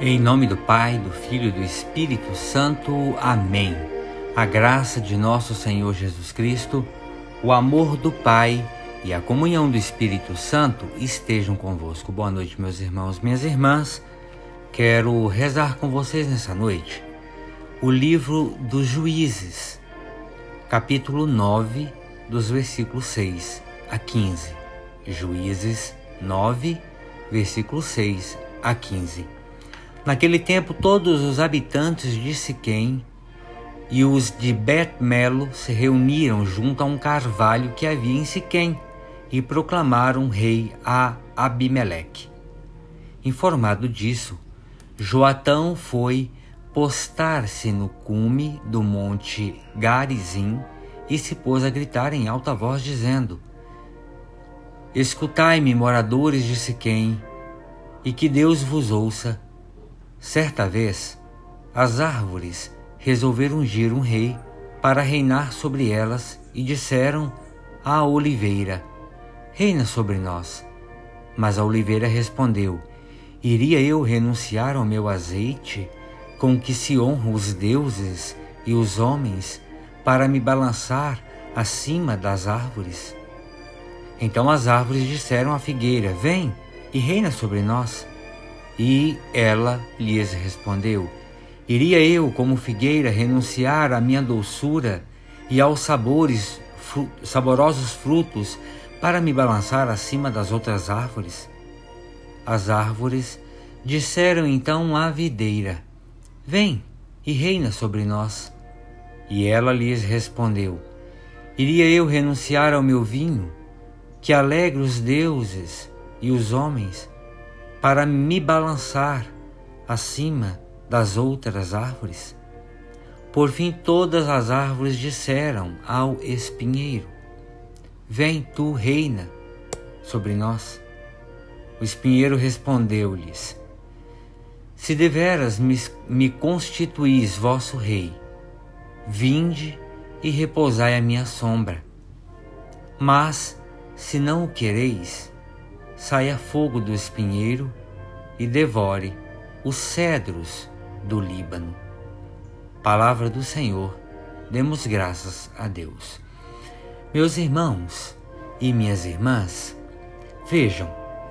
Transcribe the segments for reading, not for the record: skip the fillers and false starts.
Em nome do Pai, do Filho e do Espírito Santo. Amém. A graça de nosso Senhor Jesus Cristo, o amor do Pai e a comunhão do Espírito Santo estejam convosco. Boa noite, meus irmãos, minhas irmãs. Quero rezar com vocês nessa noite o livro dos Juízes, capítulo 9, dos versículos 6 a 15. Juízes 9, versículos 6 a 15. Naquele tempo, todos os habitantes de Siquém e os de Bet-melo se reuniram junto a um carvalho que havia em Siquém e proclamaram rei a Abimeleque. Informado disso, Joatão foi postar-se no cume do monte Garizim e se pôs a gritar em alta voz, dizendo: Escutai-me, moradores de Siquém, e que Deus vos ouça. Certa vez, as árvores resolveram ungir um rei para reinar sobre elas e disseram à oliveira: Reina sobre nós. Mas a oliveira respondeu: Iria eu renunciar ao meu azeite, com que se honram os deuses e os homens, para me balançar acima das árvores? Então as árvores disseram à figueira: Vem e reina sobre nós. E ela lhes respondeu: Iria eu, como figueira, renunciar à minha doçura e aos saborosos frutos para me balançar acima das outras árvores? As árvores disseram então à videira: Vem e reina sobre nós. E ela lhes respondeu: Iria eu renunciar ao meu vinho, que alegra os deuses e os homens, para me balançar acima das outras árvores? Por fim, todas as árvores disseram ao espinheiro: Vem tu, reina sobre nós. O espinheiro respondeu-lhes: Se deveras me constituís vosso rei, vinde e repousai à minha sombra. Mas, se não o quereis, saia fogo do espinheiro e devore os cedros do Líbano. Palavra do Senhor, demos graças a Deus. Meus irmãos e minhas irmãs, vejam,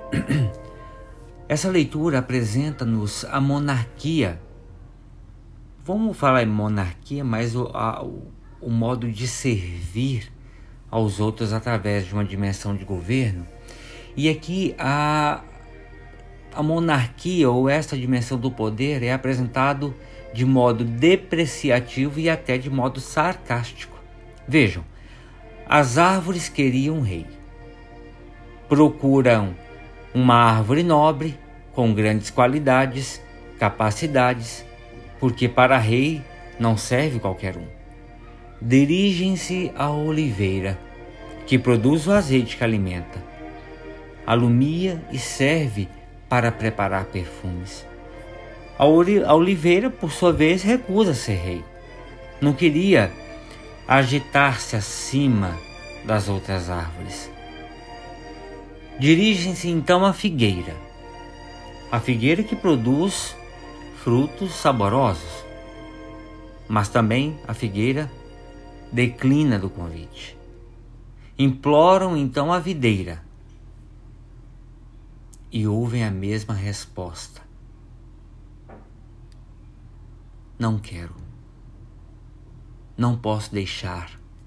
essa leitura apresenta-nos a monarquia. Vamos falar em monarquia, mas o modo de servir aos outros através de uma dimensão de governo. E aqui a monarquia, ou esta dimensão do poder, é apresentado de modo depreciativo e até de modo sarcástico. Vejam, as árvores queriam um rei. Procuram uma árvore nobre, com grandes qualidades, capacidades, porque para rei não serve qualquer um. Dirigem-se à oliveira, que produz o azeite que alimenta, alumia e serve para preparar perfumes. A oliveira, por sua vez, recusa ser rei. Não queria agitar-se acima das outras árvores. Dirigem-se então à figueira. A figueira que produz frutos saborosos. Mas também a figueira declina do convite. Imploram então a videira e ouvem a mesma resposta: Não quero, não posso deixar.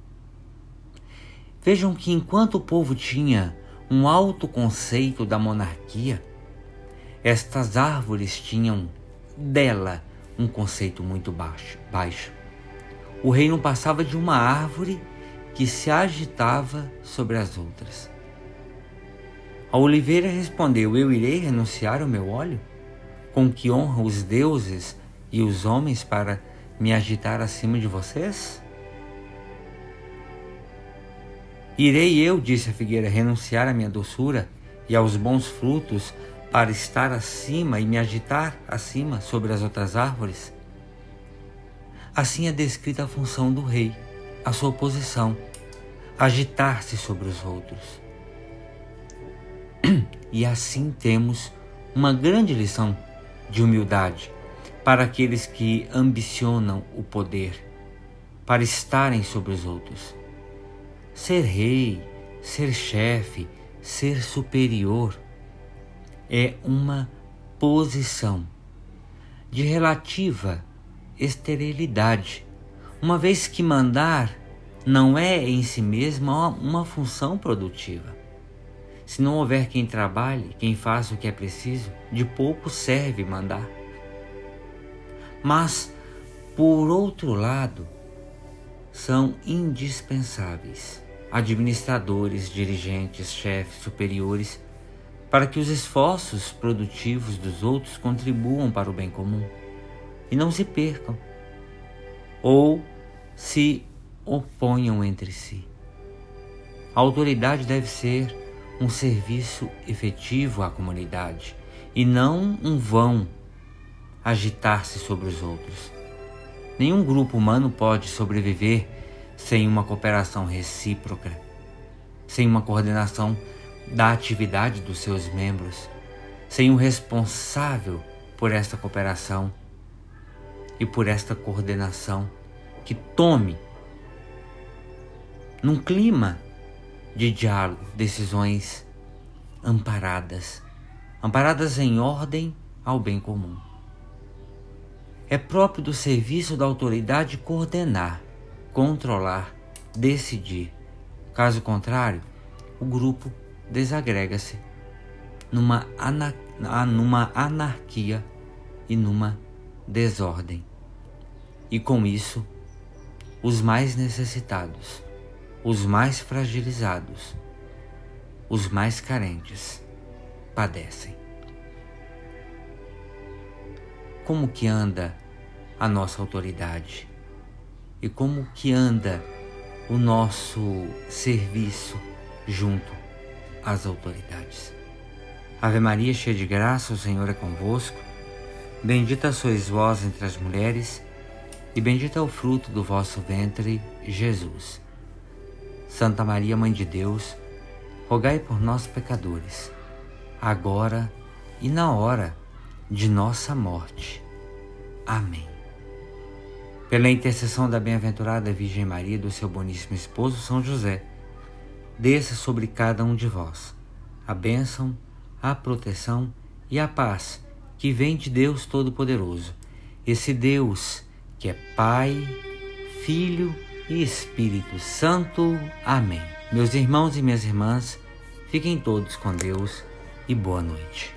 Vejam que enquanto o povo tinha um alto conceito da monarquia, estas árvores tinham dela um conceito muito baixo. O rei não passava de uma árvore que se agitava sobre as outras. A oliveira respondeu: Eu irei renunciar ao meu óleo, com que honra os deuses e os homens, para me agitar acima de vocês? Irei eu, disse a figueira, renunciar à minha doçura e aos bons frutos para estar acima e me agitar acima sobre as outras árvores? Assim é descrita a função do rei, a sua posição: agitar-se sobre os outros. E assim temos uma grande lição de humildade para aqueles que ambicionam o poder, para estarem sobre os outros. Ser rei, ser chefe, ser superior é uma posição de relativa esterilidade, uma vez que mandar não é em si mesma uma função produtiva. Se não houver quem trabalhe, quem faça o que é preciso, de pouco serve mandar. Mas, por outro lado, são indispensáveis administradores, dirigentes, chefes, superiores, para que os esforços produtivos dos outros contribuam para o bem comum e não se percam ou se oponham entre si. A autoridade deve ser um serviço efetivo à comunidade e não um vão agitar-se sobre os outros. Nenhum grupo humano pode sobreviver sem uma cooperação recíproca, sem uma coordenação da atividade dos seus membros, sem um responsável por esta cooperação e por esta coordenação que tome, num clima de diálogo, decisões amparadas em ordem ao bem comum. É próprio do serviço da autoridade coordenar, controlar, decidir. Caso contrário, o grupo desagrega-se numa anarquia e numa desordem. E com isso, os mais necessitados, os mais fragilizados, os mais carentes padecem. Como que anda a nossa autoridade? E como que anda o nosso serviço junto às autoridades? Ave Maria, cheia de graça, o Senhor é convosco. Bendita sois vós entre as mulheres, e bendito é o fruto do vosso ventre, Jesus. Santa Maria, Mãe de Deus, rogai por nós, pecadores, agora e na hora de nossa morte. Amém. Pela intercessão da bem-aventurada Virgem Maria e do seu boníssimo esposo São José, desça sobre cada um de vós a bênção, a proteção e a paz que vem de Deus Todo-Poderoso, esse Deus que é Pai, Filho e Espírito Santo. Amém. Meus irmãos e minhas irmãs, fiquem todos com Deus e boa noite.